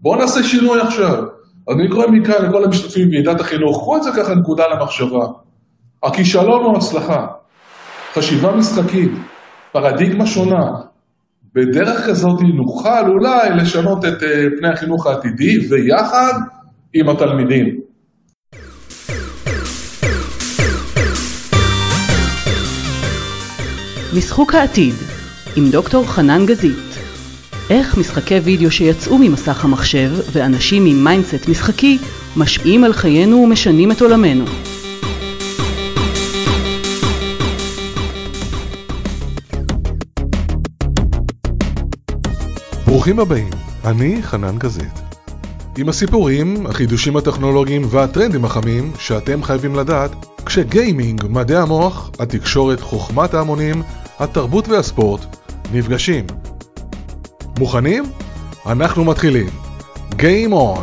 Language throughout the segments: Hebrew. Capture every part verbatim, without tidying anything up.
בואו נעשה שינוי עכשיו. אני קורא מכאן לכל המשתתפים בוועידת החינוך, קחו את זה ככה נקודה למחשבה. הכישלון הוא הצלחה, חשיבה משחקית, פרדיגמה שונה. בדרך כזאת נוכל אולי לשנות את פני החינוך העתידי, ויחד עם התלמידים. משחוק העתיד, עם דוקטור חנן גזית. איך משחקי וידאו שיצאו ממסך המחשב ואנשים עם מיינדסט משחקי משפיעים על חיינו ומשנים את עולמנו. ברוכים הבאים, אני חנן גזית. עם הסיפורים, החידושים הטכנולוגיים והטרנדים החמים שאתם חייבים לדעת כשגיימינג, מדעי המוח, התקשורת, חוכמת ההמונים, התרבות והספורט נפגשים. מוכנים? אנחנו מתחילים. Game on!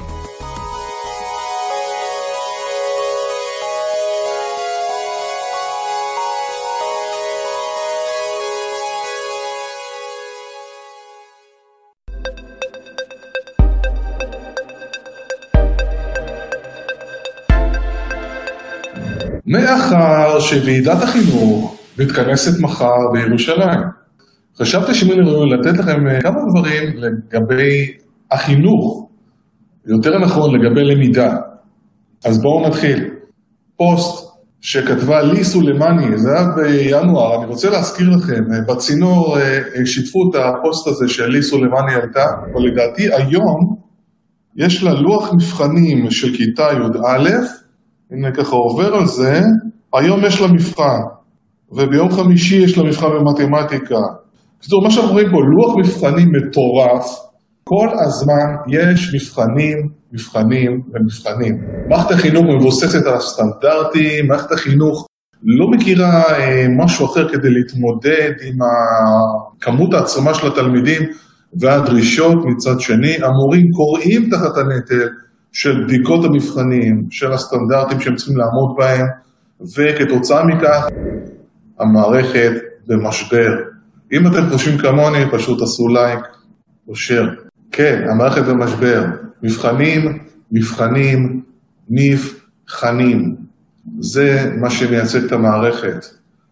מאחר שוועידת החינוך מתכנסת מחר בירושלים, חשבתי שמן ראוי לתת לכם כמה דברים לגבי החינוך, יותר נכון לגבי למידה. אז בואו נתחיל. פוסט שכתבה לי סולימני, זה היה בינואר, אני רוצה להזכיר לכם, בצינור שיתפו את הפוסט הזה של לי סולימני עלתה, אבל לדעתי היום יש לה לוח מבחנים של כיתה י"א, הנה ככה עובר על זה, היום יש לה מבחן, וביום חמישי יש לה מבחן במתמטיקה. כתוב, מה שאנחנו רואים פה, לוח מבחנים מטורף, כל הזמן יש מבחנים, מבחנים ומבחנים. מערכת החינוך מבוססת על הסטנדרטים, מערכת החינוך לא מכירה אה, משהו אחר כדי להתמודד עם הכמות העצומה של התלמידים והדרישות מצד שני. המורים קוראים תחת הנטל של בדיקות המבחנים, של הסטנדרטים שהם צריכים לעמוד בהם, וכתוצאה מכך המערכת במשבר. אם אתם חושבים כמוני, פשוט עשו לייק או שיר. כן, המערכת במשבר. מבחנים, מבחנים, נבחנים. זה מה שמייצג את המערכת.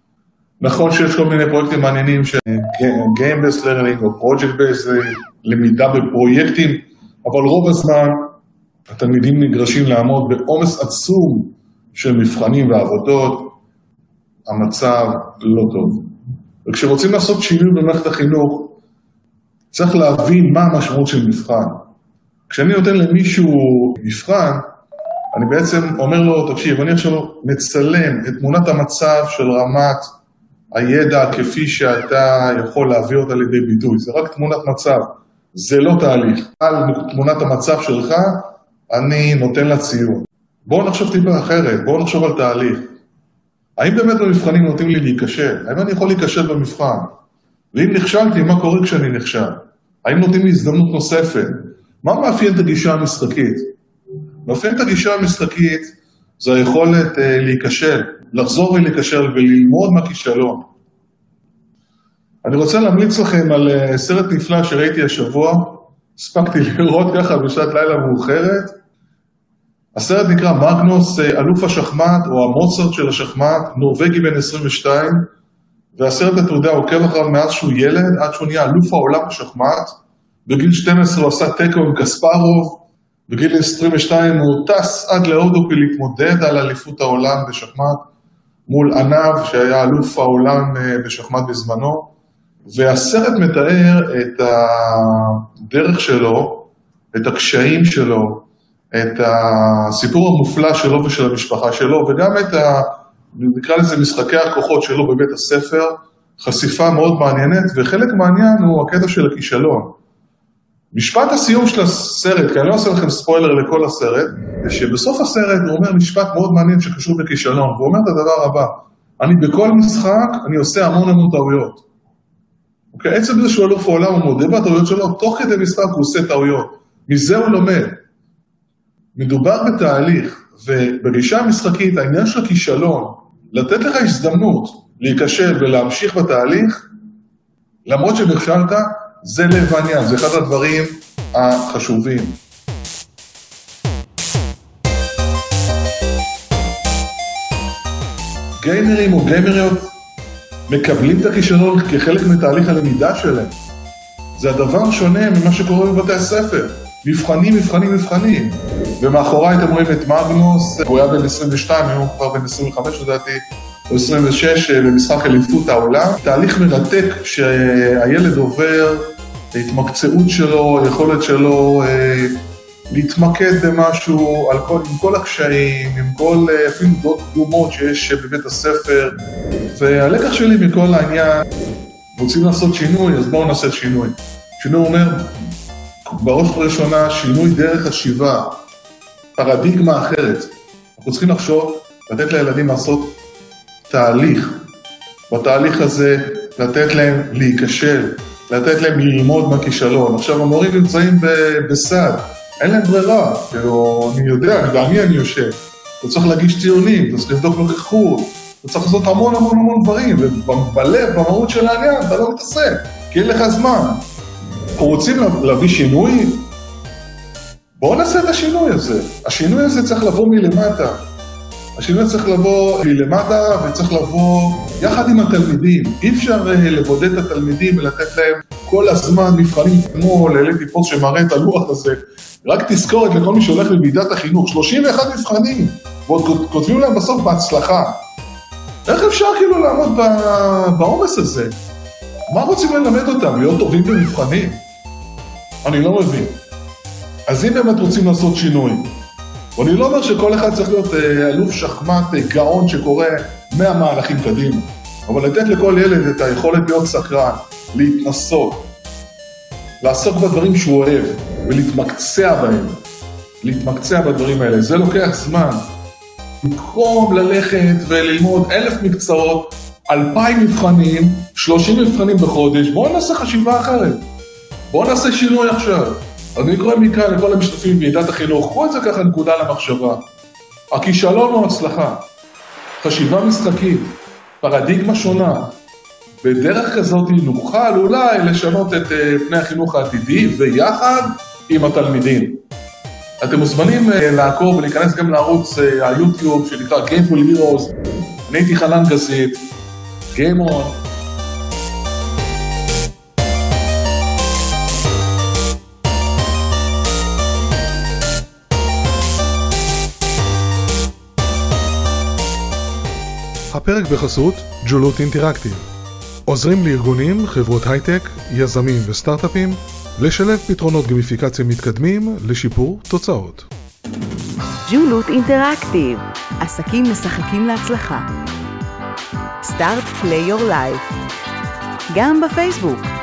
נכון שיש כל מיני פרויקטים מעניינים של Game-Based Learning או Project-Based למידה בפרויקטים, אבל רוב הזמן התלמידים נדרשים לעמוד בעומס עצום של מבחנים ועבודות. המצב לא טוב. וכשרוצים לעשות שינוי במערכת החינוך, צריך להבין מה המשמעות של מבחן. כשאני נותן למישהו מבחן, אני בעצם אומר לו, תקשיב, אני עכשיו מצלם את תמונת המצב של רמת הידע כפי שאתה יכול להביא אותה לידי ביטוי. זה רק תמונת מצב, זה לא תהליך. על תמונת המצב שלך, אני נותן לה ציון. בואו נחשוב טיפה אחרת, בואו נחשוב על תהליך. האם באמת במבחנים נותנים לי להיכשל? האם אני יכול להיכשל במבחן? ואם נכשלתי, מה קורה כשאני נכשל? האם נותנים לי הזדמנות נוספת? מה מאפיין את הגישה המשחקית? מאפיין את הגישה המשחקית זה היכולת אה, להיכשל, לחזור ולהיכשל וללמוד מהכישלון. אני רוצה להמליץ לכם על אה, סרט נפלא שראיתי השבוע, הספקתי לראות ככה בשעת לילה מאוחרת. הסרט נקרא מגנוס, אלוף השחמט או המוצרט של השחמט, נורווגי בן עשרים ושתיים, והסרט אתה יודע עוקב אחריו מאז שהוא ילד, עד שהוא נהיה אלוף העולם בשחמט. בגיל שתים עשרה הוא עשה טקו עם קספרוב, בגיל עשרים ושתיים הוא טס עד להודו להתמודד על אליפות העולם בשחמט, מול ענב שהיה אלוף העולם בשחמט בזמנו, והסרט מתאר את הדרך שלו, את הקשיים שלו, את הסיפור המופלא שלו ושל המשפחה שלו, וגם את ה... נקרא לזה משחקי הכוחות שלו בבית הספר, חשיפה מאוד מעניינת, וחלק מעניין הוא הקטע של הכישלון. משפט הסיום של הסרט, כי אני לא עושה לכם ספוילר לכל הסרט, זה שבסוף הסרט הוא אומר משפט מאוד מעניין שקשור בכישלון, והוא אומר את הדבר הבא, אני בכל משחק, אני עושה המון המון טעויות. אוקיי, עצם זה שהוא אלוף העולם, הוא מודה בטעויות שלו, תוך כדי משחק הוא עושה טעויות. מזה הוא לומד. מדובר בתהליך, ובגישה המשחקית, העניין של הכישלון, לתת לך הזדמנות להיכשל ולהמשיך בתהליך, למרות שנכשלת, זה לב העניין, זה אחד הדברים החשובים. גיימרים או גיימריות מקבלים את הכישלון כחלק מתהליך הלמידה שלהם. זה הדבר שונה ממה שקורה בבתי הספר. מבחנים, מבחנים, מבחנים. ומאחוריי אתם רואים את מגנוס, הוא היה בן עשרים ושתיים, היום כבר בן עשרים וחמש לדעתי, או עשרים ושש במשחק אליפות העולם. תהליך מרתק שהילד עובר, ההתמקצעות שלו, היכולת שלו אה, להתמקד במשהו, על כל, עם כל הקשיים, עם כל אפילו דעות קדומות שיש בבית הספר. והלקח שלי מכל העניין, רוצים לעשות שינוי, אז בואו נעשה שינוי. שינוי אומר, בראש ובראשונה, שינוי דרך השיבה, פרדיגמה אחרת. אנחנו צריכים לחשוב, לתת לילדים לעשות תהליך. בתהליך הזה, לתת להם להיכשל, לתת להם ללמוד מהכישלון. עכשיו, המורים נמצאים בסד, אין להם ברירה, כאילו, אני יודע, ואני אני יושב. אתה צריך להגיש ציונים, אתה צריך לבדוק נוכחות, אתה צריך לעשות המון המון המון דברים, ובלב, במהות של העניין, אתה לא מתעסק, כי אין לך זמן. אנחנו רוצים להביא שינוי? בואו נעשה את השינוי הזה. השינוי הזה צריך לבוא מלמטה. השינוי צריך לבוא מלמטה וצריך לבוא יחד עם התלמידים. אי אפשר לבודד את התלמידים ולתת להם כל הזמן מבחנים כמו לילד טיפוס שמראה את הלוח הזה. רק תזכורת לכל מי שהולך לוועידת החינוך. שלושים ואחד מבחנים, ועוד כותבים להם בסוף בהצלחה. איך אפשר כאילו לעמוד בעומס הזה? מה רוצים ללמד אותם? להיות טובים במבחנים? אני לא מבין. אז אם באמת רוצים לעשות שינוי, ואני לא אומר שכל אחד צריך להיות אה, אלוף שחמט, אה, גאון שקורא מאה מהלכים קדימה, אבל לתת לכל ילד את היכולת להיות סקרן, להתנסות, לעסוק בדברים שהוא אוהב, ולהתמקצע בהם, להתמקצע בדברים האלה. זה לוקח זמן. במקום ללכת וללמוד אלף מקצועות, אלפיים מבחנים, שלושים מבחנים בחודש, בואו נעשה חשיבה אחרת. בואו נעשה שינוי עכשיו. אני קורא מכאן לכל המשתתפים בוועידת החינוך, קחו את זה ככה נקודה למחשבה. הכישלון הוא הצלחה. חשיבה משחקית, פרדיגמה שונה. בדרך כזאת נוכל אולי לשנות את פני החינוך העתידי, ויחד עם התלמידים. אתם מוזמנים לעקוב ולהיכנס גם לערוץ היוטיוב שנקרא Gameful Heroes. אני הייתי חנן גזית, Game On. הפרק בחסות ג'ולות אינטראקטיב. עוזרים לארגונים, חברות הייטק, יזמים וסטארט-אפים לשלב פתרונות גמיפיקציה מתקדמים לשיפור תוצאות. ג'ולות אינטראקטיב, עסקים משחקים להצלחה. Start Play Your Life, גם בפייסבוק.